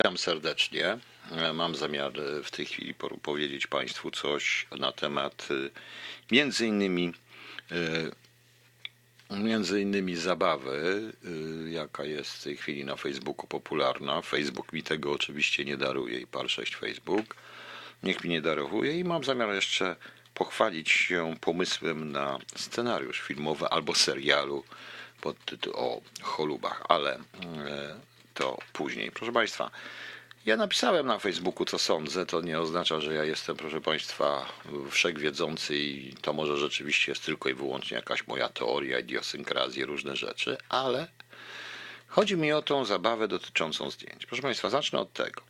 Witam serdecznie. Mam zamiar w tej chwili powiedzieć Państwu coś na temat między innymi, między innymi zabawy, jaka jest w tej chwili na Facebooku popularna. Facebook mi tego oczywiście nie daruje i par 6 Facebook. Niech mi nie daruje i mam zamiar jeszcze pochwalić się pomysłem na scenariusz filmowy albo serialu pod tytułem o cholubach, ale to później. Proszę Państwa, ja napisałem na Facebooku, co sądzę. To nie oznacza, że ja jestem, proszę Państwa, wszechwiedzący i to może rzeczywiście jest tylko i wyłącznie jakaś moja teoria, idiosynkrazje, różne rzeczy, ale chodzi mi o tą zabawę dotyczącą zdjęć. Proszę Państwa, zacznę od tego.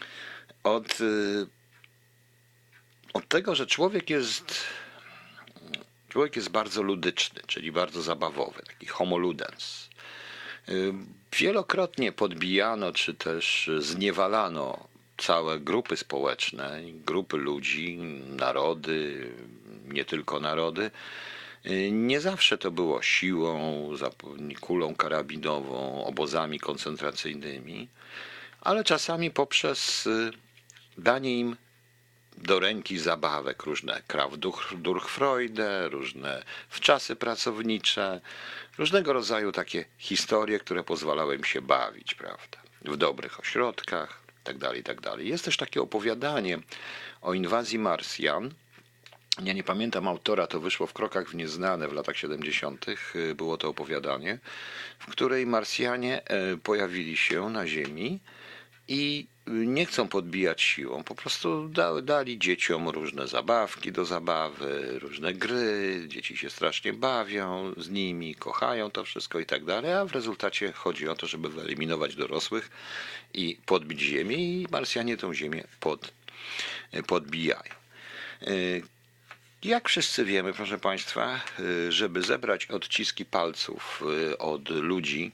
Od tego, że człowiek jest bardzo ludyczny, czyli bardzo zabawowy, taki homo ludens. Wielokrotnie podbijano, czy też zniewalano całe grupy społeczne, grupy ludzi, narody, nie tylko narody. Nie zawsze to było siłą, kulą karabinową, obozami koncentracyjnymi, ale czasami poprzez danie im do ręki zabawek, różne Durchfreude, różne wczasy pracownicze, różnego rodzaju takie historie, które pozwalały im się bawić, prawda, w dobrych ośrodkach, itd., itd. Jest też takie opowiadanie o inwazji Marsjan. Ja nie pamiętam autora, to wyszło w Krokach w Nieznane w latach 70. Było to opowiadanie, w której Marsjanie pojawili się na Ziemi i nie chcą podbijać siłą, po prostu dali dzieciom różne zabawki do zabawy, różne gry, dzieci się strasznie bawią z nimi, kochają to wszystko i tak dalej, a w rezultacie chodzi o to, żeby wyeliminować dorosłych i podbić Ziemię i Marsjanie tą Ziemię podbijają. Jak wszyscy wiemy, proszę Państwa, żeby zebrać odciski palców od ludzi,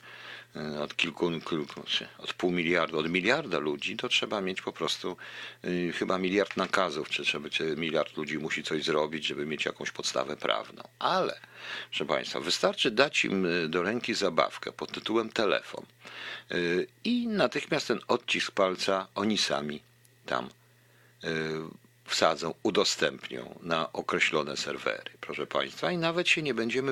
od pół miliarda, od miliarda ludzi, to trzeba mieć po prostu chyba miliard nakazów, czy miliard ludzi musi coś zrobić, żeby mieć jakąś podstawę prawną. Ale, proszę Państwa, wystarczy dać im do ręki zabawkę pod tytułem telefon i natychmiast ten odcisk palca oni sami tam wsadzą, udostępnią na określone serwery, proszę Państwa, i nawet się nie będziemy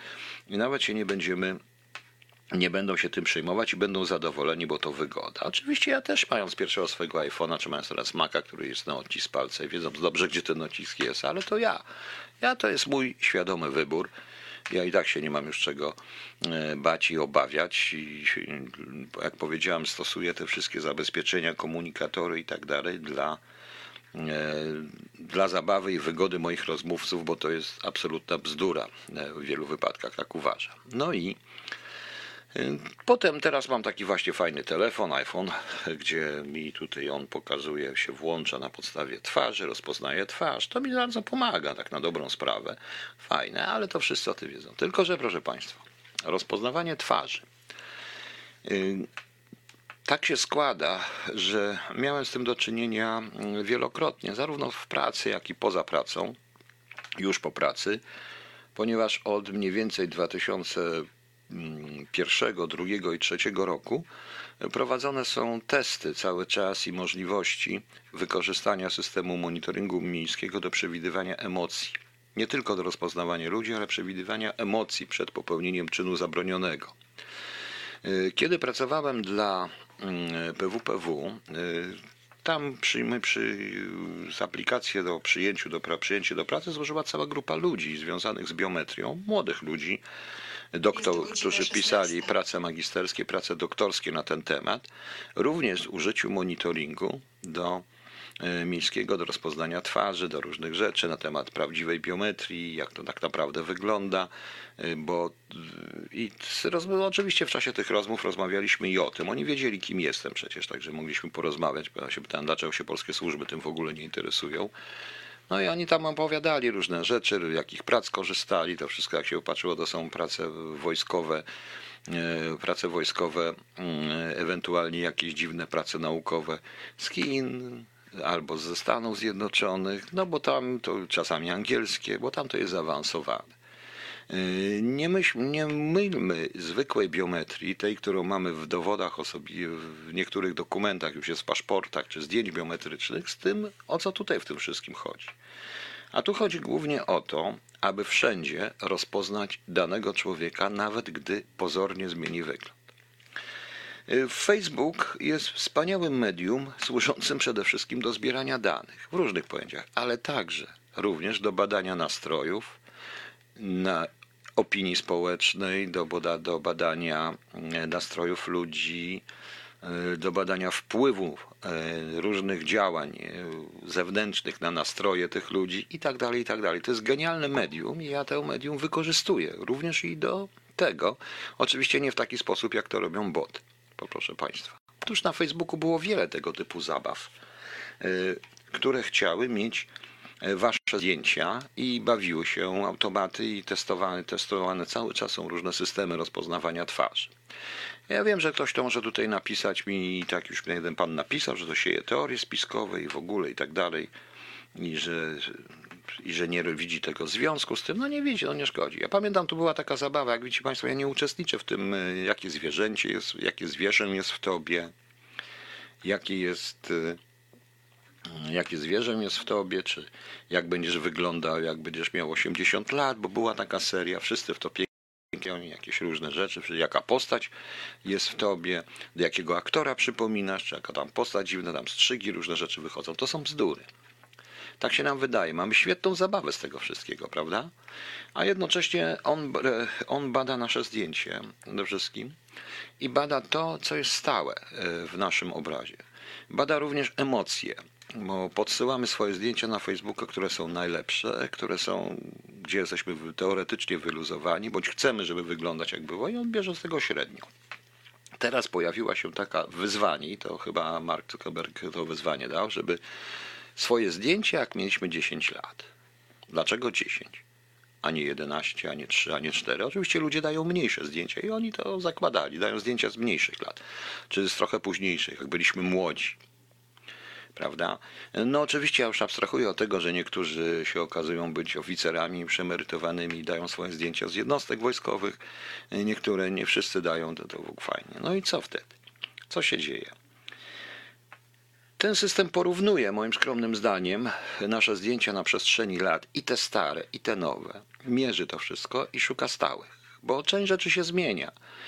nie będą się tym przejmować i będą zadowoleni, bo to wygoda. Oczywiście ja też, mając pierwszego swojego iPhone'a, czy mając teraz Maca, który jest na odcisk palca i wiedząc dobrze, gdzie ten odcisk jest, ale to ja. To jest mój świadomy wybór. Ja i tak się nie mam już czego bać i obawiać. I, jak powiedziałem, stosuję te wszystkie zabezpieczenia, komunikatory i tak dalej dla zabawy i wygody moich rozmówców, bo to jest absolutna bzdura. W wielu wypadkach tak uważam. No i potem teraz mam taki właśnie fajny telefon, iPhone, gdzie mi tutaj on pokazuje, się włącza na podstawie twarzy, rozpoznaje twarz. To mi bardzo pomaga, tak na dobrą sprawę. Fajne, ale to wszyscy o tym wiedzą. Tylko że, proszę Państwa, rozpoznawanie twarzy. Tak się składa, że miałem z tym do czynienia wielokrotnie, zarówno w pracy, jak i poza pracą, już po pracy, ponieważ od mniej więcej 2001, 2 i 3 roku prowadzone są testy cały czas i możliwości wykorzystania systemu monitoringu miejskiego do przewidywania emocji. Nie tylko do rozpoznawania ludzi, ale przewidywania emocji przed popełnieniem czynu zabronionego. Kiedy pracowałem dla PWPW, tam z aplikację do przyjęcia do pracy złożyła cała grupa ludzi związanych z biometrią, młodych ludzi, którzy pisali prace magisterskie, prace doktorskie na ten temat, również w użyciu monitoringu miejskiego do rozpoznania twarzy, do różnych rzeczy na temat prawdziwej biometrii, jak to tak naprawdę wygląda, oczywiście w czasie tych rozmów rozmawialiśmy i o tym. Oni wiedzieli, kim jestem przecież, także mogliśmy porozmawiać, bo ja się pytałem, dlaczego się polskie służby tym w ogóle nie interesują. No i oni tam opowiadali różne rzeczy, jakich prac korzystali, to wszystko jak się opatrzyło, to są prace wojskowe, ewentualnie jakieś dziwne prace naukowe z Chin albo ze Stanów Zjednoczonych, no bo tam to czasami angielskie, bo tam to jest zaawansowane. Nie mylmy zwykłej biometrii, tej, którą mamy w dowodach w niektórych dokumentach, już jest w paszportach czy zdjęć biometrycznych, z tym, o co tutaj w tym wszystkim chodzi. A tu chodzi głównie o to, aby wszędzie rozpoznać danego człowieka, nawet gdy pozornie zmieni wygląd. Facebook jest wspaniałym medium służącym przede wszystkim do zbierania danych w różnych pojęciach, ale także również do badania nastrojów, opinii społecznej, do badania nastrojów ludzi, do badania wpływu różnych działań zewnętrznych na nastroje tych ludzi i tak dalej, i tak dalej. To jest genialne medium i ja to medium wykorzystuję również i do tego. Oczywiście nie w taki sposób, jak to robią boty, proszę Państwa. Otóż na Facebooku było wiele tego typu zabaw, które chciały mieć wasze zdjęcia i bawiły się automaty i testowane cały czas są różne systemy rozpoznawania twarzy. Ja wiem, że ktoś to może tutaj napisać mi, i tak już jeden pan napisał, że to sieje teorie spiskowe i w ogóle i tak dalej, i że nie widzi tego związku z tym. No nie widzi, no nie szkodzi. Ja pamiętam, tu była taka zabawa, jak widzicie Państwo, ja nie uczestniczę w tym, jakie zwierzęcie jest, jakie zwierzę jest w tobie, jakie zwierzę jest w tobie, czy jak będziesz wyglądał, jak będziesz miał 80 lat, bo była taka seria, wszyscy w to pięknie, jakieś różne rzeczy, jaka postać jest w tobie, do jakiego aktora przypominasz, czy jaka tam postać dziwna, tam strzygi, różne rzeczy wychodzą. To są bzdury. Tak się nam wydaje. Mamy świetną zabawę z tego wszystkiego, prawda? A jednocześnie on bada nasze zdjęcie przede wszystkim i bada to, co jest stałe w naszym obrazie. Bada również emocje, bo podsyłamy swoje zdjęcia na Facebooka, które są najlepsze, gdzie jesteśmy teoretycznie wyluzowani, bądź chcemy, żeby wyglądać jak było i on bierze z tego średnią. Teraz pojawiła się taka wyzwanie i to chyba Mark Zuckerberg to wyzwanie dał, żeby swoje zdjęcie, jak mieliśmy 10 lat. Dlaczego 10? A nie 11, a nie 3, a nie 4. Oczywiście ludzie dają mniejsze zdjęcia i oni to zakładali. Dają zdjęcia z mniejszych lat, czy z trochę późniejszych, jak byliśmy młodzi. Prawda? No oczywiście ja już abstrahuję od tego, że niektórzy się okazują być oficerami przeemerytowanymi, dają swoje zdjęcia z jednostek wojskowych. Niektóre, nie wszyscy dają, to fajnie. No i co wtedy? Co się dzieje? Ten system porównuje, moim skromnym zdaniem, nasze zdjęcia na przestrzeni lat, i te stare, i te nowe. Mierzy to wszystko i szuka stałych, bo część rzeczy się zmienia.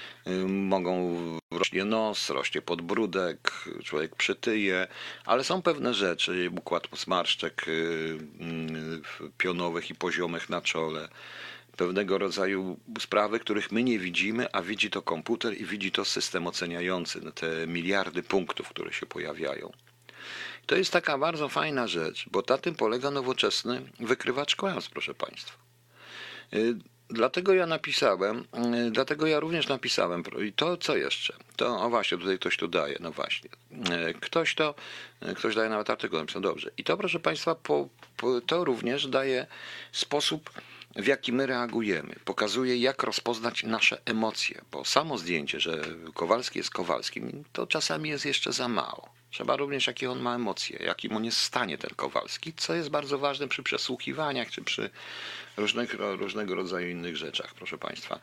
Rośnie nos, rośnie podbródek, człowiek przytyje, ale są pewne rzeczy, układ zmarszczek pionowych i poziomych na czole, pewnego rodzaju sprawy, których my nie widzimy, a widzi to komputer i widzi to system oceniający, te miliardy punktów, które się pojawiają. To jest taka bardzo fajna rzecz, bo na tym polega nowoczesny wykrywacz kłamstw, proszę Państwa. Dlatego ja również napisałem, i to co jeszcze? O właśnie, tutaj ktoś tu daje, no właśnie. Ktoś daje nawet artykuł, napisał dobrze. I to, proszę Państwa, to również daje sposób, w jaki my reagujemy. Pokazuje, jak rozpoznać nasze emocje, bo samo zdjęcie, że Kowalski jest Kowalskim, to czasami jest jeszcze za mało. Trzeba również, jakie on ma emocje, jakim on jest w stanie, ten Kowalski, co jest bardzo ważne przy przesłuchiwaniach, czy przy różnego rodzaju innych rzeczach, proszę Państwa.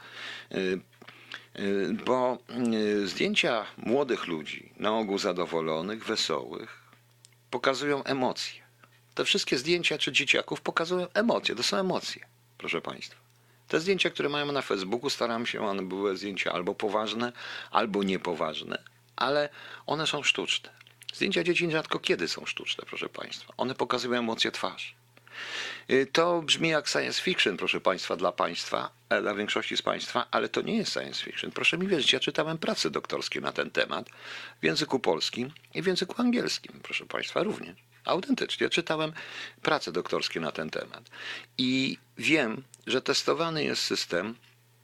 Bo zdjęcia młodych ludzi, na ogół zadowolonych, wesołych, pokazują emocje. Te wszystkie zdjęcia czy dzieciaków pokazują emocje, to są emocje, proszę Państwa. Te zdjęcia, które mają na Facebooku, staram się, one były zdjęcia albo poważne, albo niepoważne, ale one są sztuczne. Zdjęcia dzieci rzadko kiedy są sztuczne, proszę Państwa. One pokazują emocje twarzy. To brzmi jak science fiction, proszę Państwa, dla większości z Państwa, ale to nie jest science fiction. Proszę mi wierzyć, ja czytałem prace doktorskie na ten temat w języku polskim i w języku angielskim, proszę Państwa, również. Autentycznie czytałem prace doktorskie na ten temat. I wiem, że testowany jest system.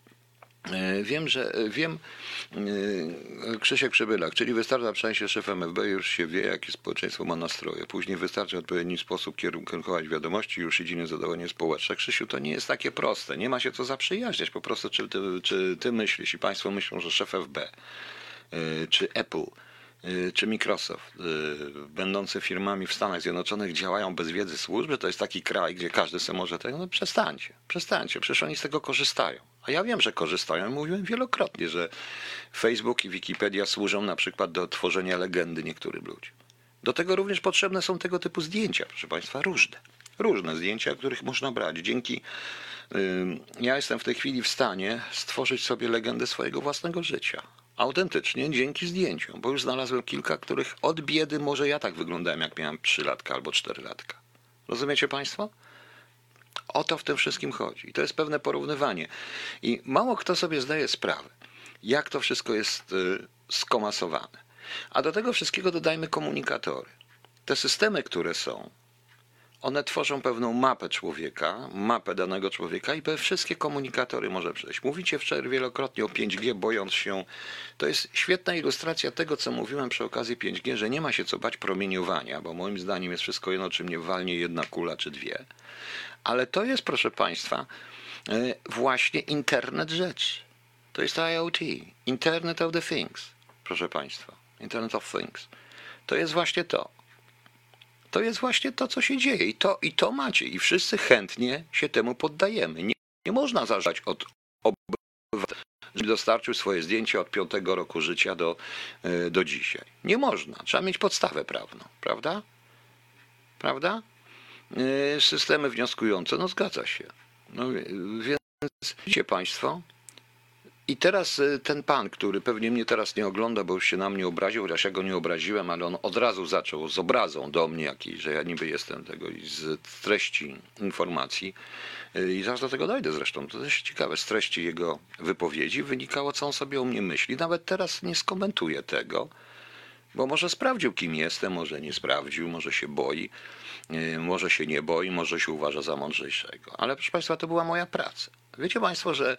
Krzysiek Przybylak, czyli wystarcza przejście szef MFB, już się wie, jakie społeczeństwo ma nastroje. Później wystarczy w odpowiedni sposób kierunkować wiadomości, już idzie niezadowolenie społeczne. Krzysiu, to nie jest takie proste. Nie ma się co zaprzyjaźniać. Po prostu, czy ty myślisz, i Państwo myślą, że szef FB czy Apple czy Microsoft, będące firmami w Stanach Zjednoczonych, działają bez wiedzy służby, to jest taki kraj, gdzie każdy sobie może tego, no przestańcie, przecież oni z tego korzystają. A ja wiem, że korzystają. Mówiłem wielokrotnie, że Facebook i Wikipedia służą na przykład do tworzenia legendy niektórym ludziom. Do tego również potrzebne są tego typu zdjęcia, proszę Państwa, różne zdjęcia, których można brać. Ja jestem w tej chwili w stanie stworzyć sobie legendę swojego własnego życia. Autentycznie dzięki zdjęciom, bo już znalazłem kilka, których od biedy może ja tak wyglądałem, jak miałem 3 latka albo 4 latka. Rozumiecie Państwo? O to w tym wszystkim chodzi. I to jest pewne porównywanie. I mało kto sobie zdaje sprawę, jak to wszystko jest skomasowane. A do tego wszystkiego dodajmy komunikatory. Te systemy, które są, one tworzą pewną mapę człowieka, mapę danego człowieka i wszystkie komunikatory może przejść. Mówicie wczoraj wielokrotnie o 5G, bojąc się. To jest świetna ilustracja tego, co mówiłem przy okazji 5G, że nie ma się co bać promieniowania, bo moim zdaniem jest wszystko jedno, czym nie walnie jedna kula czy dwie. Ale to jest, proszę Państwa, właśnie internet rzeczy. To jest IoT, Internet of the Things, proszę Państwa. Internet of Things. To jest właśnie to. To jest właśnie to, co się dzieje. I to macie. I wszyscy chętnie się temu poddajemy. Nie można zażać od obywatela, żeby dostarczył swoje zdjęcie od 5 roku życia do dzisiaj. Nie można. Trzeba mieć podstawę prawną. Prawda? Prawda? Systemy wnioskujące. No zgadza się. No, więc widzicie Państwo. I teraz ten pan, który pewnie mnie teraz nie ogląda, bo już się na mnie obraził, chociaż ja go nie obraziłem, ale on od razu zaczął z obrazą do mnie jakiejś, że ja niby jestem tego i z treści informacji. I zaraz do tego dojdę zresztą. To jest ciekawe. Z treści jego wypowiedzi wynikało, co on sobie o mnie myśli. Nawet teraz nie skomentuję tego, bo może sprawdził, kim jestem, może nie sprawdził, może się boi, może się nie boi, może się uważa za mądrzejszego. Ale proszę Państwa, to była moja praca. Wiecie Państwo, że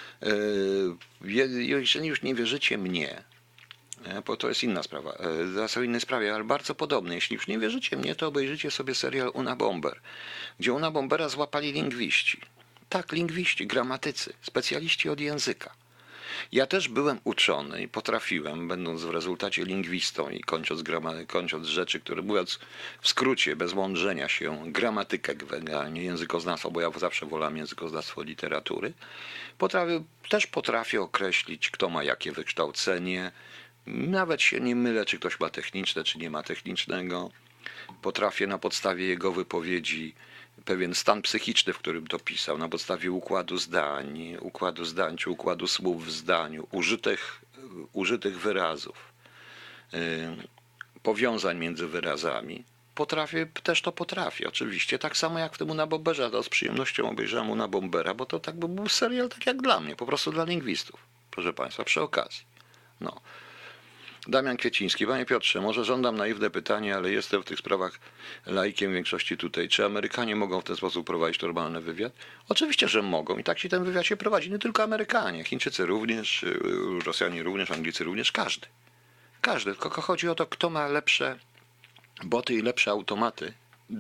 jeżeli już nie wierzycie mnie, bo to jest inna sprawa, zaraz o innej sprawie, ale bardzo podobne. Jeśli już nie wierzycie mnie, to obejrzyjcie sobie serial Una Bomber, gdzie Una Bombera złapali lingwiści. Tak, lingwiści, gramatycy, specjaliści od języka. Ja też byłem uczony i potrafiłem, będąc w rezultacie lingwistą i kończąc rzeczy, które mówiąc w skrócie, bez mądrzenia się, gramatykę, nie językoznawstwo, bo ja zawsze wolałem językoznawstwo literatury, też potrafię określić, kto ma jakie wykształcenie, nawet się nie mylę, czy ktoś ma techniczne, czy nie ma technicznego. Potrafię na podstawie jego wypowiedzi pewien stan psychiczny, w którym to pisał, na podstawie układu zdań czy układu słów w zdaniu, użytych wyrazów, powiązań między wyrazami. Potrafię, oczywiście, tak samo jak w tym Una Bomberze, to z przyjemnością obejrzałem Una Bombera, bo to tak by był serial tak jak dla mnie, po prostu dla lingwistów, proszę Państwa, przy okazji. No. Damian Kwieciński. Panie Piotrze, może żądam naiwne pytanie, ale jestem w tych sprawach laikiem w większości tutaj. Czy Amerykanie mogą w ten sposób prowadzić normalny wywiad? Oczywiście, że mogą i tak się ten wywiad się prowadzi. Nie tylko Amerykanie, Chińczycy również, Rosjanie również, Anglicy również, każdy. Każdy, tylko chodzi o to, kto ma lepsze boty i lepsze automaty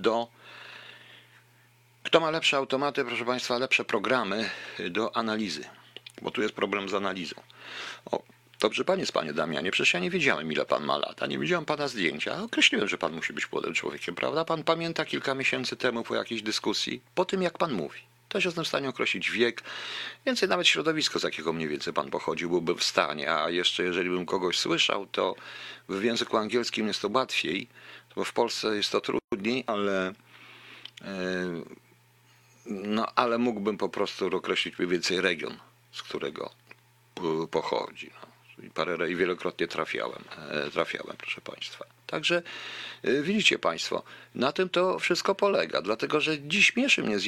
Kto ma lepsze automaty, proszę Państwa, lepsze programy do analizy, bo tu jest problem z analizą. Dobrze, panie Damianie, przecież ja nie wiedziałem, ile pan ma lat, nie widziałem pana zdjęcia, a określiłem, że pan musi być młodym człowiekiem, prawda? Pan pamięta kilka miesięcy temu po jakiejś dyskusji, po tym jak pan mówi. Też jestem w stanie określić wiek, więcej nawet środowisko, z jakiego mniej więcej pan pochodził, byłbym w stanie, a jeszcze jeżeli bym kogoś słyszał, to w języku angielskim jest to łatwiej, bo w Polsce jest to trudniej, ale mógłbym po prostu określić mniej więcej region, z którego pochodzi. I wielokrotnie trafiałem, proszę Państwa. Także widzicie Państwo, na tym to wszystko polega, dlatego że dziś śmieszy mnie z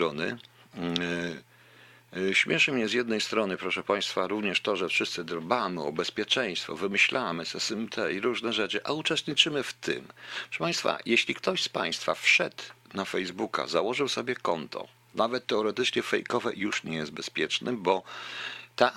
jednej strony, proszę Państwa, również to, że wszyscy dbamy o bezpieczeństwo, wymyślamy te i różne rzeczy, a uczestniczymy w tym. Proszę Państwa, jeśli ktoś z Państwa wszedł na Facebooka, założył sobie konto, nawet teoretycznie fejkowe, już nie jest bezpiecznym, bo ta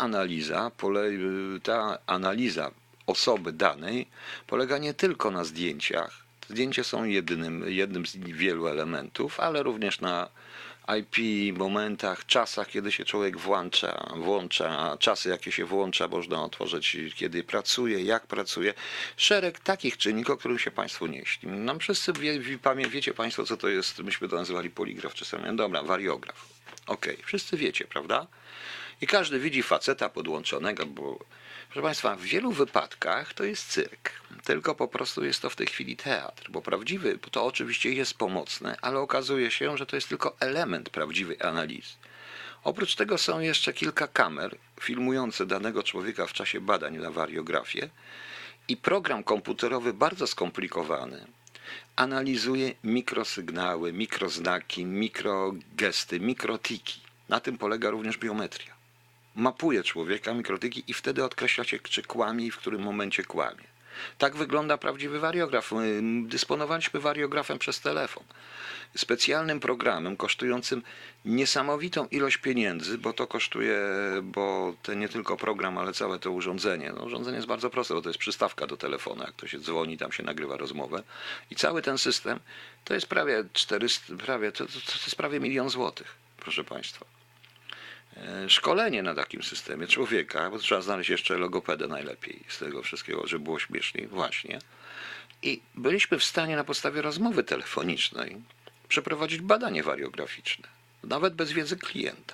analiza osoby danej polega nie tylko na zdjęciach. Zdjęcia są jednym z wielu elementów, ale również IP, momentach, czasach, kiedy się człowiek włącza, czasy jakie się włącza, można otworzyć, kiedy pracuje, jak pracuje. Szereg takich czynników, o których się Państwu nie śni. Nam wszyscy wiecie Państwo, co to jest, myśmy to nazywali poligraf czasami. No dobra, wariograf. Okej, wszyscy wiecie, prawda? I każdy widzi faceta podłączonego, bo proszę Państwa, w wielu wypadkach to jest cyrk, tylko po prostu jest to w tej chwili teatr, bo prawdziwy, to oczywiście jest pomocne, ale okazuje się, że to jest tylko element prawdziwej analizy. Oprócz tego są jeszcze kilka kamer filmujące danego człowieka w czasie badań na wariografię i program komputerowy bardzo skomplikowany analizuje mikrosygnały, mikroznaki, mikrogesty, mikrotiki. Na tym polega również biometria. Mapuje człowieka, mikrotyki i wtedy określa się, czy kłamie i w którym momencie kłamie. Tak wygląda prawdziwy wariograf. Dysponowaliśmy wariografem przez telefon. Specjalnym programem kosztującym niesamowitą ilość pieniędzy, bo to kosztuje, bo to nie tylko program, ale całe to urządzenie. No, urządzenie jest bardzo proste, bo to jest przystawka do telefonu. Jak to się dzwoni, tam się nagrywa rozmowę. I cały ten system to jest prawie 400, to jest prawie 1 000 000 złotych, proszę Państwa. Szkolenie na takim systemie człowieka, bo trzeba znaleźć jeszcze logopedę najlepiej z tego wszystkiego, żeby było śmieszniej, właśnie. I byliśmy w stanie na podstawie rozmowy telefonicznej przeprowadzić badanie wariograficzne, nawet bez wiedzy klienta.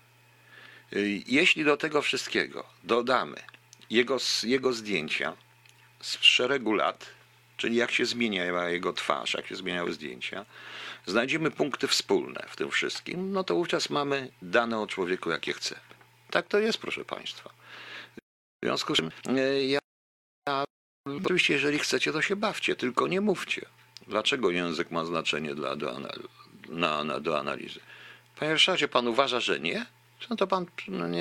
Jeśli do tego wszystkiego dodamy jego zdjęcia z szeregu lat, czyli jak się zmieniała jego twarz, jak się zmieniały zdjęcia, znajdziemy punkty wspólne w tym wszystkim, no to wówczas mamy dane o człowieku, jakie chcemy. Tak to jest, proszę Państwa. W związku z czym ja oczywiście, jeżeli chcecie, to się bawcie, tylko nie mówcie. Dlaczego język ma znaczenie do analizy? Panie Ryszardzie, pan uważa, że nie? No to pan,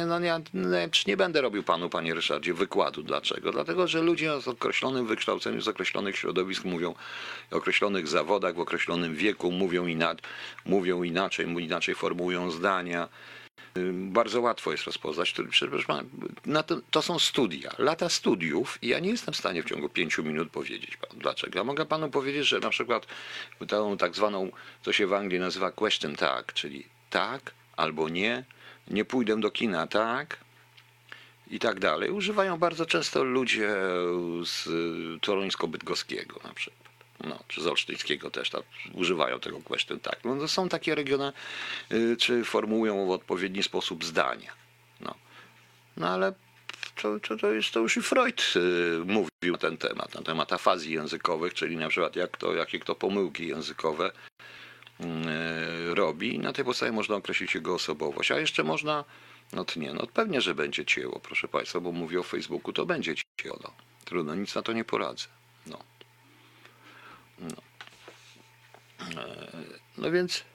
nie będę robił panu, panie Ryszardzie, wykładu. Dlaczego? Dlatego, że ludzie z określonym wykształceniem, z określonych środowisk mówią o określonych zawodach, w określonym wieku, mówią inaczej formułują zdania. Bardzo łatwo jest rozpoznać. To są studia, lata studiów i ja nie jestem w stanie w ciągu 5 minut powiedzieć panu dlaczego. Ja mogę panu powiedzieć, że na przykład tą tak zwaną, co się w Anglii nazywa question tag, czyli tak albo nie pójdę do kina, tak i tak dalej. Używają bardzo często ludzie z toruńsko-bydgoskiego na przykład. No, czy z olsztyńskiego też tak, używają tego question tak. No, to są takie regiony, czy formułują w odpowiedni sposób zdania. No ale to już i Freud mówił na temat afazji językowych, czyli na przykład jakie kto pomyłki językowe robi i na tej podstawie można określić jego osobowość. A jeszcze można, pewnie, że będzie cięło, proszę Państwa, bo mówię o Facebooku, to będzie cięło. No. Trudno, nic na to nie poradzę. No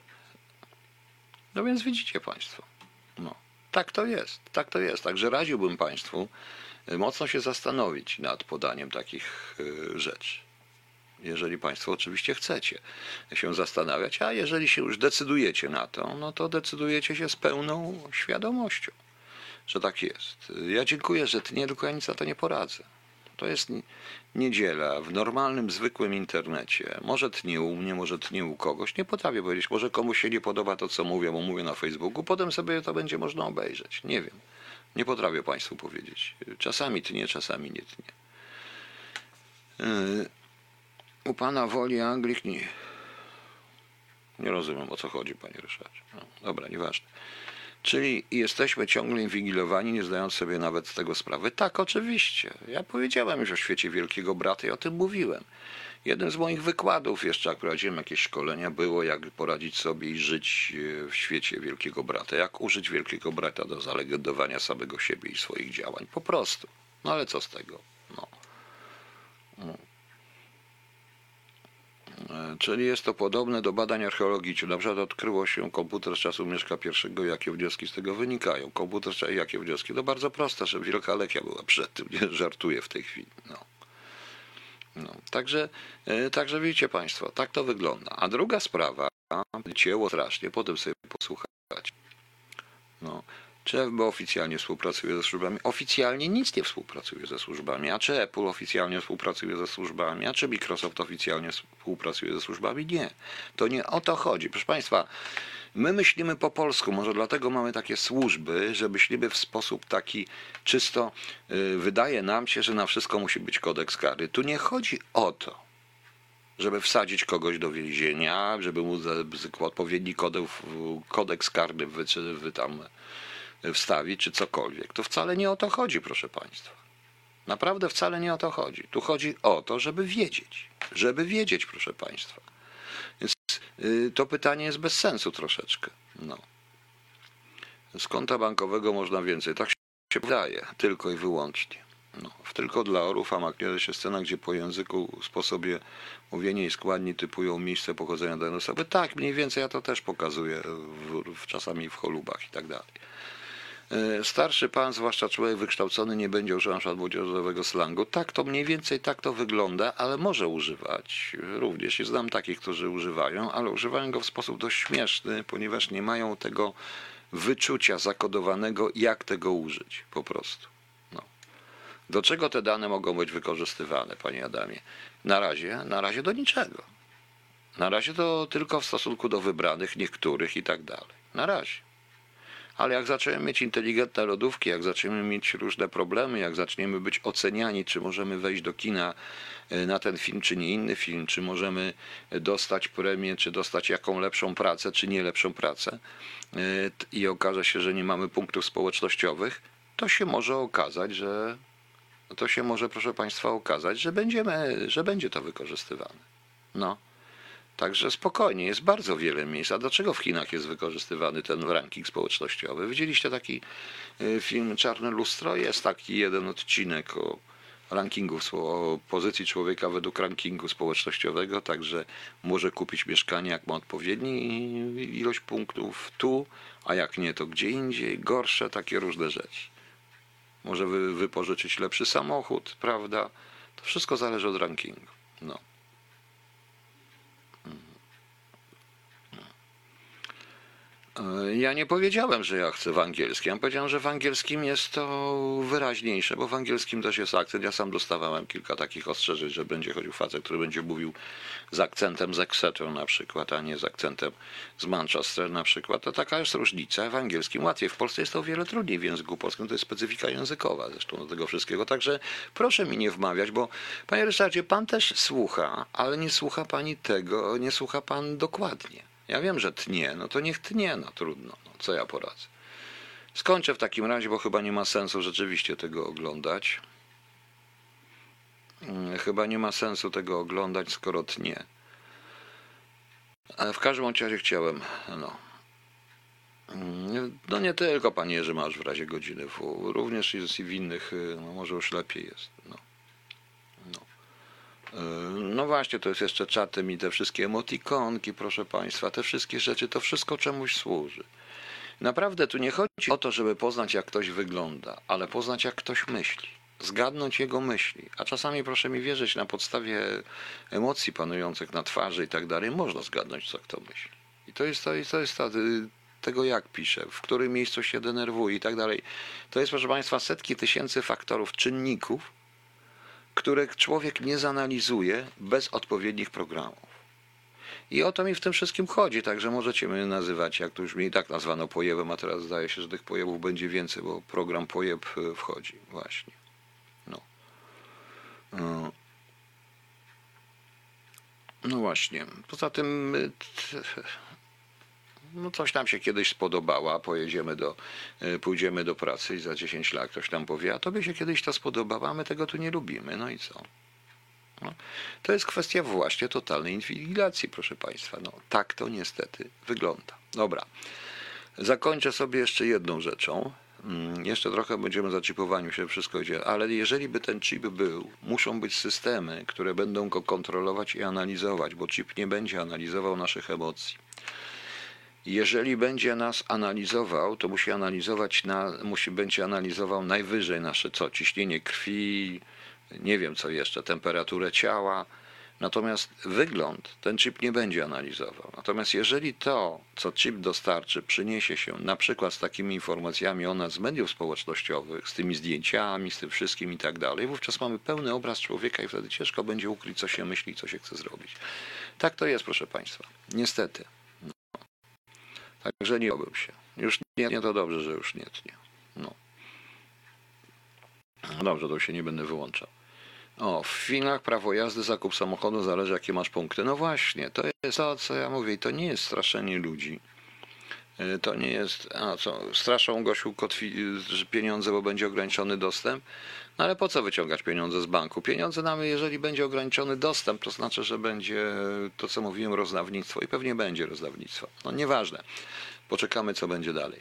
więc widzicie Państwo. Tak to jest. Także radziłbym Państwu mocno się zastanowić nad podaniem takich rzeczy. Jeżeli Państwo oczywiście chcecie się zastanawiać, a jeżeli się już decydujecie na to, no to decydujecie się z pełną świadomością, że tak jest. Ja dziękuję, że tnie, tylko ja nic na to nie poradzę. To jest niedziela w normalnym, zwykłym internecie. Może tnie u mnie, może tnie u kogoś. Nie potrafię powiedzieć. Może komuś się nie podoba to, co mówię, bo mówię na Facebooku. Potem sobie to będzie można obejrzeć. Nie wiem. Nie potrafię Państwu powiedzieć. Czasami tnie, czasami nie tnie. U Pana woli Anglik nie. Nie rozumiem, o co chodzi, Panie Ryszardzie. Dobra, nieważne. Czyli jesteśmy ciągle inwigilowani, nie zdając sobie nawet z tego sprawy. Tak, oczywiście. Ja powiedziałem już o świecie Wielkiego Brata i o tym mówiłem. Jednym z moich wykładów, jeszcze jak prowadziłem jakieś szkolenia, było jak poradzić sobie i żyć w świecie Wielkiego Brata. Jak użyć Wielkiego Brata do zalegendowania samego siebie i swoich działań. Po prostu. No ale co z tego? Czyli jest to podobne do badań archeologicznych. Na przykład odkryło się komputer z czasów Mieszka I. Jakie wnioski z tego wynikają? Komputer, jakie wnioski? To bardzo proste, że Wielka Lechia była przed tym. Nie żartuję w tej chwili. Także widzicie Państwo, tak to wygląda. A druga sprawa, cięło strasznie, potem sobie posłuchać. Czy FB oficjalnie współpracuje ze służbami? Oficjalnie nic nie współpracuje ze służbami. A czy Apple oficjalnie współpracuje ze służbami? A czy Microsoft oficjalnie współpracuje ze służbami? Nie. To nie o to chodzi. Proszę Państwa, my myślimy po polsku, może dlatego mamy takie służby, że myślimy w sposób taki czysto, wydaje nam się, że na wszystko musi być kodeks kary. Tu nie chodzi o to, żeby wsadzić kogoś do więzienia, żeby mu odpowiedni kodeks karny tam wstawić, czy cokolwiek. To wcale nie o to chodzi, proszę Państwa. Naprawdę wcale nie o to chodzi. Tu chodzi o to, żeby wiedzieć. Żeby wiedzieć, proszę Państwa. Więc to pytanie jest bez sensu troszeczkę. No. Z konta bankowego można więcej. Tak się wydaje, tylko i wyłącznie. No. W Tylko dla orów, a maknierzy się scena, gdzie po języku, sposobie mówienia i składni typują miejsce pochodzenia danej osoby. Tak, mniej więcej ja to też pokazuję czasami w cholubach i tak dalej. Starszy pan, zwłaszcza człowiek wykształcony, nie będzie używał np. młodzieżowego slangu. Tak, to mniej więcej tak to wygląda, ale może używać również. I znam takich, którzy używają, ale używają go w sposób dość śmieszny, ponieważ nie mają tego wyczucia zakodowanego, jak tego użyć po prostu. No. Do czego te dane mogą być wykorzystywane, panie Adamie? Na razie do niczego. Na razie to tylko w stosunku do wybranych, niektórych i tak dalej. Na razie. Ale jak zaczniemy mieć inteligentne lodówki, jak zaczniemy mieć różne problemy, jak zaczniemy być oceniani, czy możemy wejść do kina na ten film, czy nie inny film, czy możemy dostać premię, czy dostać jaką lepszą pracę, czy nie lepszą pracę i okaże się, że nie mamy punktów społecznościowych, to się może okazać, proszę Państwa, że będzie to wykorzystywane. No. Także spokojnie, jest bardzo wiele miejsc. A dlaczego w Chinach jest wykorzystywany ten ranking społecznościowy? Widzieliście taki film Czarne lustro? Jest taki jeden odcinek o rankingu, o pozycji człowieka według rankingu społecznościowego, także może kupić mieszkanie, jak ma odpowiedni ilość punktów tu, a jak nie, to gdzie indziej, gorsze, takie różne rzeczy. Może wypożyczyć lepszy samochód, prawda? To wszystko zależy od rankingu. No. Ja nie powiedziałem, że ja chcę w angielskim. Ja powiedziałem, że w angielskim jest to wyraźniejsze, bo w angielskim też jest akcent. Ja sam dostawałem kilka takich ostrzeżeń, że będzie chodził facet, który będzie mówił z akcentem z Exeter na przykład, a nie z akcentem z Manchester na przykład. To taka jest różnica. W angielskim łatwiej. W Polsce jest to o wiele trudniej w języku polskim. To jest specyfika językowa zresztą do tego wszystkiego. Także proszę mi nie wmawiać, bo panie Ryszardzie, pan też słucha, ale nie słucha pani tego, nie słucha pan dokładnie. Ja wiem, że tnie, no to niech tnie, no trudno, no co ja poradzę. Skończę w takim razie, bo chyba nie ma sensu rzeczywiście tego oglądać. Chyba nie ma sensu tego oglądać, skoro tnie. Ale w każdym razie chciałem, no nie tylko pan Jerzy Masz w razie godziny W, również i w innych, no może już lepiej jest, no. No właśnie, to jest jeszcze czatem i te wszystkie emotikonki, proszę Państwa, te wszystkie rzeczy, to wszystko czemuś służy. Naprawdę tu nie chodzi o to, żeby poznać, jak ktoś wygląda, ale poznać, jak ktoś myśli, zgadnąć jego myśli. A czasami, proszę mi wierzyć, na podstawie emocji panujących na twarzy i tak dalej, można zgadnąć, co kto myśli. I to jest tego, jak pisze, w którym miejscu się denerwuje i tak dalej. To jest, proszę Państwa, setki tysięcy faktorów, czynników, których człowiek nie zanalizuje bez odpowiednich programów. I o to mi w tym wszystkim chodzi, także możecie mnie nazywać, jak to już mnie i tak nazwano pojebem, a teraz zdaje się, że tych pojebów będzie więcej, bo program pojeb wchodzi właśnie. No. No właśnie. Poza tym no coś nam się kiedyś spodobało, pójdziemy do pracy i za 10 lat ktoś tam powie, a tobie się kiedyś to spodobało, a my tego tu nie lubimy. No i co? No, to jest kwestia właśnie totalnej inwigilacji, proszę Państwa. No, tak to niestety wygląda. Dobra. Zakończę sobie jeszcze jedną rzeczą. Jeszcze trochę będziemy za chipowaniu się, wszystko idzie, ale jeżeli by ten chip był, muszą być systemy, które będą go kontrolować i analizować, bo chip nie będzie analizował naszych emocji. Jeżeli będzie nas analizował, to będzie analizował najwyżej nasze ciśnienie krwi, nie wiem co jeszcze, temperaturę ciała, Natomiast wygląd ten chip nie będzie analizował. Natomiast jeżeli to, co chip dostarczy, przyniesie się na przykład z takimi informacjami o nas z mediów społecznościowych, z tymi zdjęciami, z tym wszystkim i tak dalej, wówczas mamy pełny obraz człowieka i wtedy ciężko będzie ukryć, co się myśli, co się chce zrobić. Tak to jest, proszę Państwa. Niestety. No. Także nie obył się. Już nie to dobrze, że już nie tnie. No. Dobrze, to się nie będę wyłączał. O, w Chinach prawo jazdy, zakup samochodu zależy jakie masz punkty. No właśnie, to jest to, co ja mówię. To nie jest straszenie ludzi. To nie jest, straszą Gosiu że pieniądze, bo będzie ograniczony dostęp. No ale po co wyciągać pieniądze z banku? Pieniądze mamy, jeżeli będzie ograniczony dostęp, to znaczy, że będzie to, co mówiłem, rozdawnictwo i pewnie będzie rozdawnictwo. No nieważne. Poczekamy, co będzie dalej.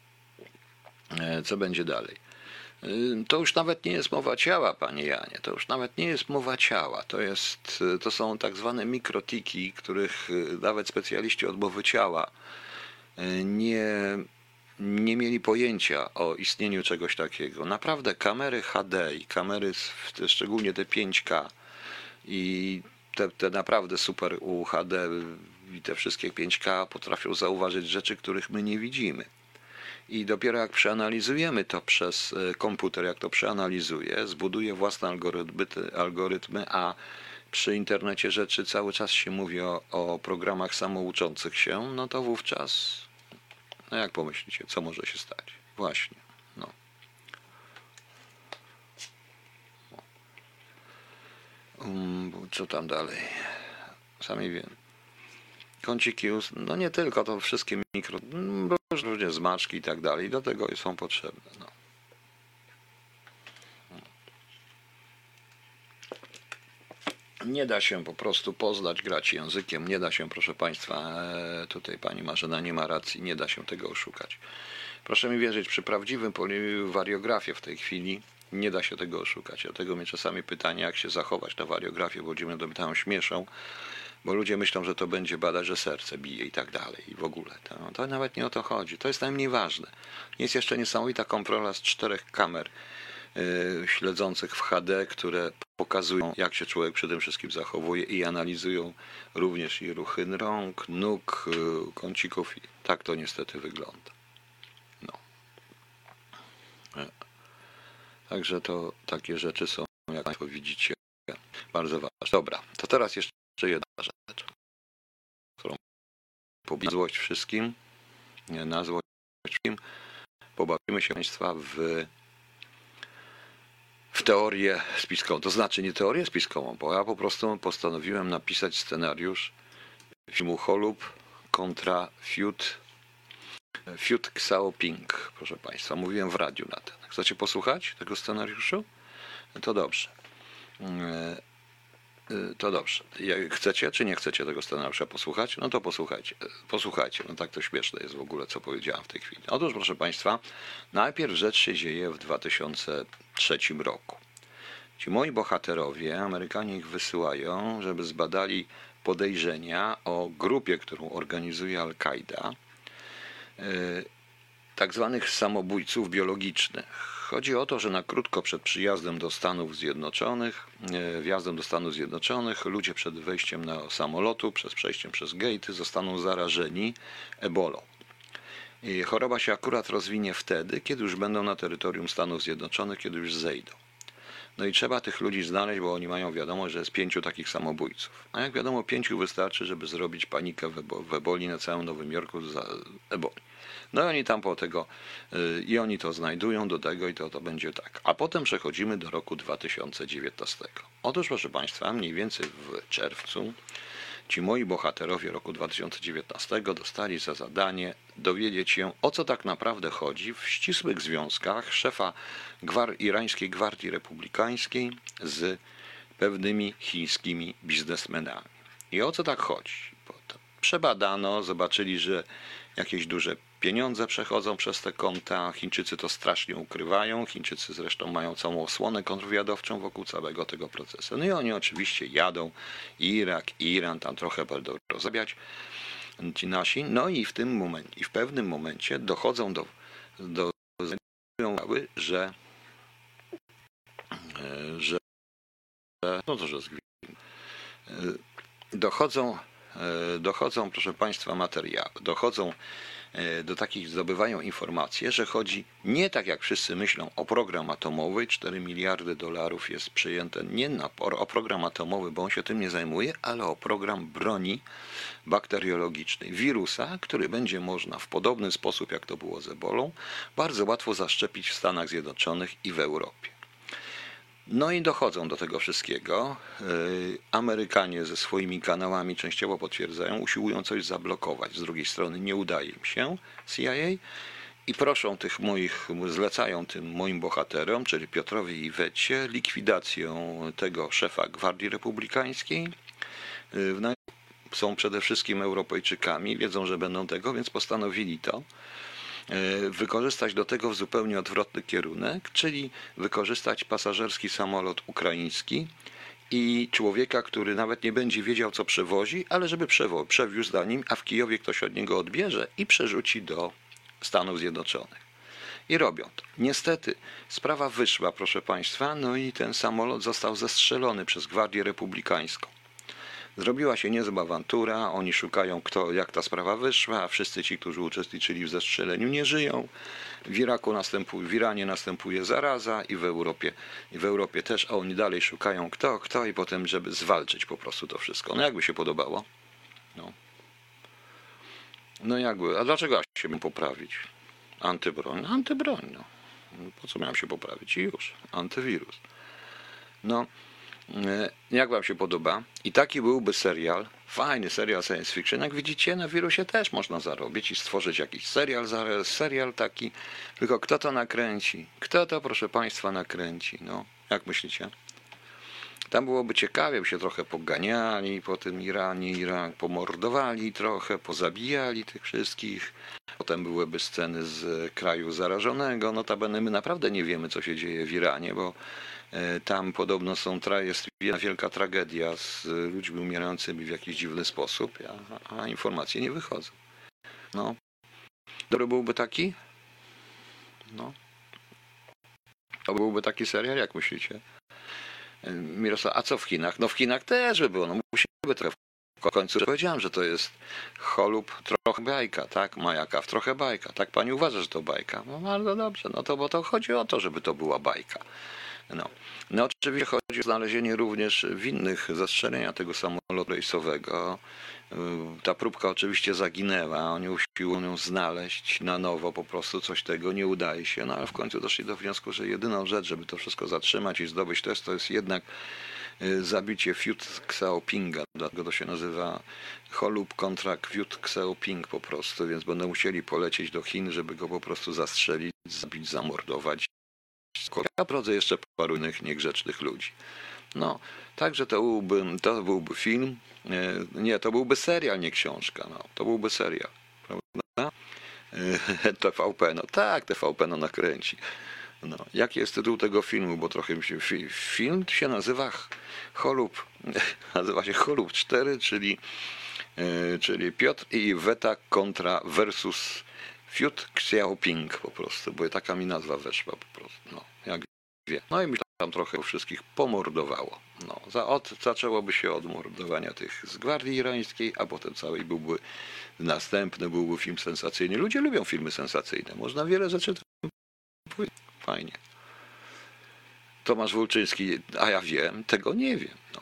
Co będzie dalej. To już nawet nie jest mowa ciała, panie Janie, to już nawet nie jest mowa ciała, to są tak zwane mikrotiki, których nawet specjaliści od mowy ciała nie, nie mieli pojęcia o istnieniu czegoś takiego. Naprawdę kamery HD i kamery, szczególnie te 5K i te naprawdę super UHD i te wszystkie 5K potrafią zauważyć rzeczy, których my nie widzimy. I dopiero jak przeanalizujemy to przez komputer, jak to przeanalizuje, zbuduje własne algorytmy, a przy internecie rzeczy cały czas się mówi o programach samouczących się, no to wówczas, no jak pomyślicie, co może się stać? Właśnie, no. Co tam dalej? Sami wiem. Kąciki ust, no nie tylko, to wszystkie różne zmaczki i tak dalej, do tego są potrzebne. No. Nie da się po prostu poznać, grać językiem, nie da się, proszę Państwa, tutaj pani Marzena nie ma racji, nie da się tego oszukać. Proszę mi wierzyć, przy prawdziwym wariografie w tej chwili nie da się tego oszukać. Dlatego mnie czasami pytanie, jak się zachować na wariografię, bo ludzie mnie tam śmieszą, bo ludzie myślą, że to będzie badać, że serce bije i tak dalej i w ogóle. To nawet nie o to chodzi. To jest najmniej ważne. Jest jeszcze niesamowita kontrola z 4 kamer śledzących w HD, które pokazują, jak się człowiek przy tym wszystkim zachowuje i analizują również i ruchy rąk, nóg, kącików. I tak to niestety wygląda. No. Także to takie rzeczy są, jak Państwo widzicie, bardzo ważne. Dobra, to teraz jeszcze jedna rzecz, którą na złość wszystkim, pobawimy się Państwa w teorię spiskową. To znaczy nie teorię spiskową, bo ja po prostu postanowiłem napisać scenariusz filmu Holub kontra Feud Xiaoping, proszę Państwa. Mówiłem w radiu na ten. Chcecie posłuchać tego scenariuszu? To dobrze. To dobrze. Chcecie czy nie chcecie tego scenariusza posłuchać? No to posłuchajcie. Posłuchajcie. No tak to śmieszne jest w ogóle, co powiedziałem w tej chwili. Otóż, proszę Państwa, najpierw rzecz się dzieje w 2003 roku. Ci moi bohaterowie, Amerykanie ich wysyłają, żeby zbadali podejrzenia o grupie, którą organizuje Al-Kaida, tak zwanych samobójców biologicznych. Chodzi o to, że na krótko przed wjazdem do Stanów Zjednoczonych, ludzie przed wejściem na samolotu, przed przejściem przez gatey zostaną zarażeni ebolą. I choroba się akurat rozwinie wtedy, kiedy już będą na terytorium Stanów Zjednoczonych, kiedy już zejdą. No i trzeba tych ludzi znaleźć, bo oni mają wiadomość, że jest 5 takich samobójców. A jak wiadomo, 5 wystarczy, żeby zrobić panikę w eboli na całym Nowym Jorku za eboli. No i oni tam i oni to znajdują do tego i to będzie tak. A potem przechodzimy do roku 2019. Otóż, proszę Państwa, mniej więcej w czerwcu ci moi bohaterowie roku 2019 dostali za zadanie dowiedzieć się, o co tak naprawdę chodzi w ścisłych związkach szefa irańskiej Gwardii Republikańskiej z pewnymi chińskimi biznesmenami. I o co tak chodzi? Przebadano, zobaczyli, że jakieś duże pieniądze przechodzą przez te konta. Chińczycy to strasznie ukrywają. Chińczycy zresztą mają całą osłonę kontrwywiadowczą wokół całego tego procesu. No i oni oczywiście jadą Irak, Iran, tam trochę będą rozmawiać ci nasi. No i w pewnym momencie dochodzą że Dochodzą, proszę Państwa, materiały, dochodzą do takich, zdobywają informacje, że chodzi nie tak jak wszyscy myślą o program atomowy, 4 miliardy dolarów jest przyjęte nie o program atomowy, bo on się tym nie zajmuje, ale o program broni bakteriologicznej, wirusa, który będzie można w podobny sposób jak to było z ebolą, bardzo łatwo zaszczepić w Stanach Zjednoczonych i w Europie. No i dochodzą do tego wszystkiego. Amerykanie ze swoimi kanałami częściowo potwierdzają, usiłują coś zablokować. Z drugiej strony nie udaje im się CIA i proszą zlecają tym moim bohaterom, czyli Piotrowi i Iwecie, likwidację tego szefa Gwardii Republikańskiej. Są przede wszystkim Europejczykami, wiedzą, że będą tego, więc postanowili to wykorzystać do tego w zupełnie odwrotny kierunek, czyli wykorzystać pasażerski samolot ukraiński i człowieka, który nawet nie będzie wiedział, co przewozi, ale żeby przewiózł za nim, a w Kijowie ktoś od niego odbierze i przerzuci do Stanów Zjednoczonych. I robią to. Niestety sprawa wyszła, proszę Państwa, no i ten samolot został zestrzelony przez Gwardię Republikańską. Zrobiła się niezła awantura, oni szukają jak ta sprawa wyszła, a wszyscy ci, którzy uczestniczyli w zestrzeleniu nie żyją. W Iranie następuje zaraza i w Europie też, a oni dalej szukają kto i potem, żeby zwalczyć po prostu to wszystko. No jakby się podobało? No jakby, a dlaczego się bym poprawić? Antybroń, no. Po co miałem się poprawić? I już, antywirus. No. Jak wam się podoba? I taki byłby serial, fajny serial science fiction. Jak widzicie, na wirusie też można zarobić i stworzyć jakiś serial taki. Tylko kto to nakręci? Kto to, proszę Państwa, nakręci? No, jak myślicie? Tam byłoby ciekawie, by się trochę poganiali po tym Iranie, Irak pomordowali trochę, pozabijali tych wszystkich. Potem byłyby sceny z kraju zarażonego. Notabene my naprawdę nie wiemy, co się dzieje w Iranie, bo tam podobno jest jedna wielka tragedia z ludźmi umierającymi w jakiś dziwny sposób, a informacje nie wychodzą. No. Dobry byłby taki? No. To byłby taki serial, jak myślicie? Mirosław, a co w Chinach? No w Chinach też by było, no musimy trochę. W końcu powiedziałem, że to jest cholub, trochę bajka, tak? Majakaw, trochę bajka. Tak pani uważa, że to bajka? No bardzo dobrze, no to bo to chodzi o to, żeby to była bajka. No oczywiście chodzi o znalezienie również winnych zastrzelenia tego samolotu rejsowego. Ta próbka oczywiście zaginęła, oni usiłują ją znaleźć na nowo, po prostu coś tego nie udaje się, no ale w końcu doszli do wniosku, że jedyną rzecz, żeby to wszystko zatrzymać i zdobyć test, to jest jednak zabicie Fiut Xiaopinga, dlatego to się nazywa cholub kontra Fiut Xiaoping po prostu, więc będą musieli polecieć do Chin, żeby go po prostu zastrzelić, zabić, zamordować. A w drodze jeszcze paru innych niegrzecznych ludzi. No, także to byłby film. Nie, to byłby serial, nie książka. No, to byłby serial. Prawda? TVP, no tak, TVP no nakręci. No, jaki jest tytuł tego filmu? Bo trochę mi się... Film się nazywa Cholub 4, czyli Piotr i Iweta kontra versus Fiut Xiaoping po prostu, bo taka mi nazwa weszła po prostu, no, jak wie. No i mi tam trochę wszystkich pomordowało. No, zaczęłoby się od mordowania tych z Gwardii Irańskiej, a potem następny byłby film sensacyjny. Ludzie lubią filmy sensacyjne, można wiele rzeczy tam powiedzieć. Fajnie. Tomasz Włóczyński, a ja wiem, tego nie wiem. No.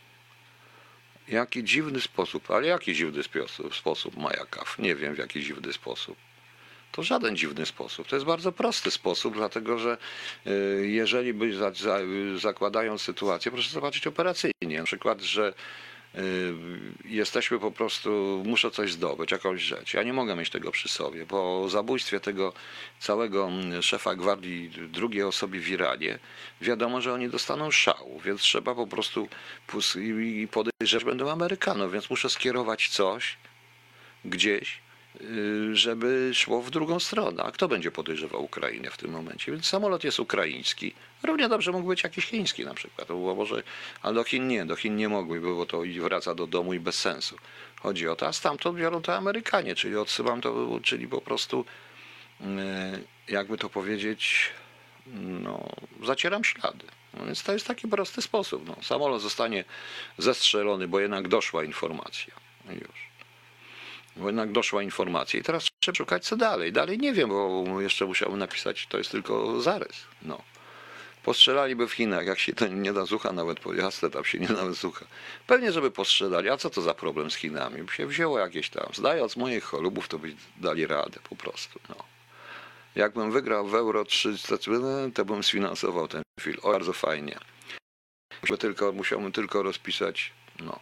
Jaki dziwny sposób, ale jaki dziwny sposób Majakaw? Nie wiem w jaki dziwny sposób. To żaden dziwny sposób. To jest bardzo prosty sposób, dlatego że jeżeli zakładają sytuację, proszę zobaczyć operacyjnie, na przykład, że jesteśmy po prostu, muszę coś zdobyć, jakąś rzecz. Ja nie mogę mieć tego przy sobie, po zabójstwie tego całego szefa gwardii drugiej osoby w Iranie, wiadomo, że oni dostaną szału, więc trzeba po prostu podejrzeć, że będą Amerykanów, więc muszę skierować coś gdzieś, żeby szło w drugą stronę. A kto będzie podejrzewał Ukrainę w tym momencie? Więc samolot jest ukraiński. Równie dobrze mógł być jakiś chiński na przykład. To było może, ale do Chin nie mogły, bo to wraca do domu i bez sensu. Chodzi o to, a stamtąd biorą to Amerykanie, czyli odsyłam to, czyli po prostu, jakby to powiedzieć, no, zacieram ślady. No więc to jest taki prosty sposób. No. Samolot zostanie zestrzelony, bo jednak doszła informacja. Już. Bo jednak doszła informacja. I teraz trzeba szukać, co dalej. Dalej nie wiem, bo jeszcze musiałbym napisać, to jest tylko zarys. No. Postrzelaliby w Chinach, jak się to nie da z ucha nawet, jasne, tam się nie nawet z ucha. Pewnie, żeby postrzelali, a co to za problem z Chinami? By się wzięło jakieś tam, zdając moich cholubów, to by dali radę po prostu, no. Jakbym wygrał w Euro 300, to bym sfinansował ten film. O, bardzo fajnie. Musiałbym tylko rozpisać, no.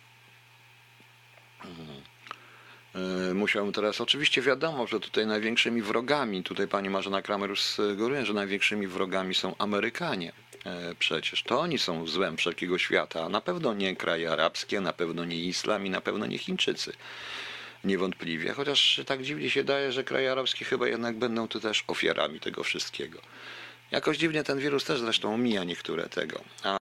Musiałem teraz, oczywiście wiadomo, że tutaj największymi wrogami, tutaj pani Marzena Kramer już sugeruje, że największymi wrogami są Amerykanie. Przecież to oni są złem wszelkiego świata, a na pewno nie kraje arabskie, na pewno nie islam i na pewno nie Chińczycy. Niewątpliwie, chociaż tak dziwnie się daje, że kraje arabskie chyba jednak będą tu też ofiarami tego wszystkiego. Jakoś dziwnie ten wirus też zresztą omija niektóre tego. A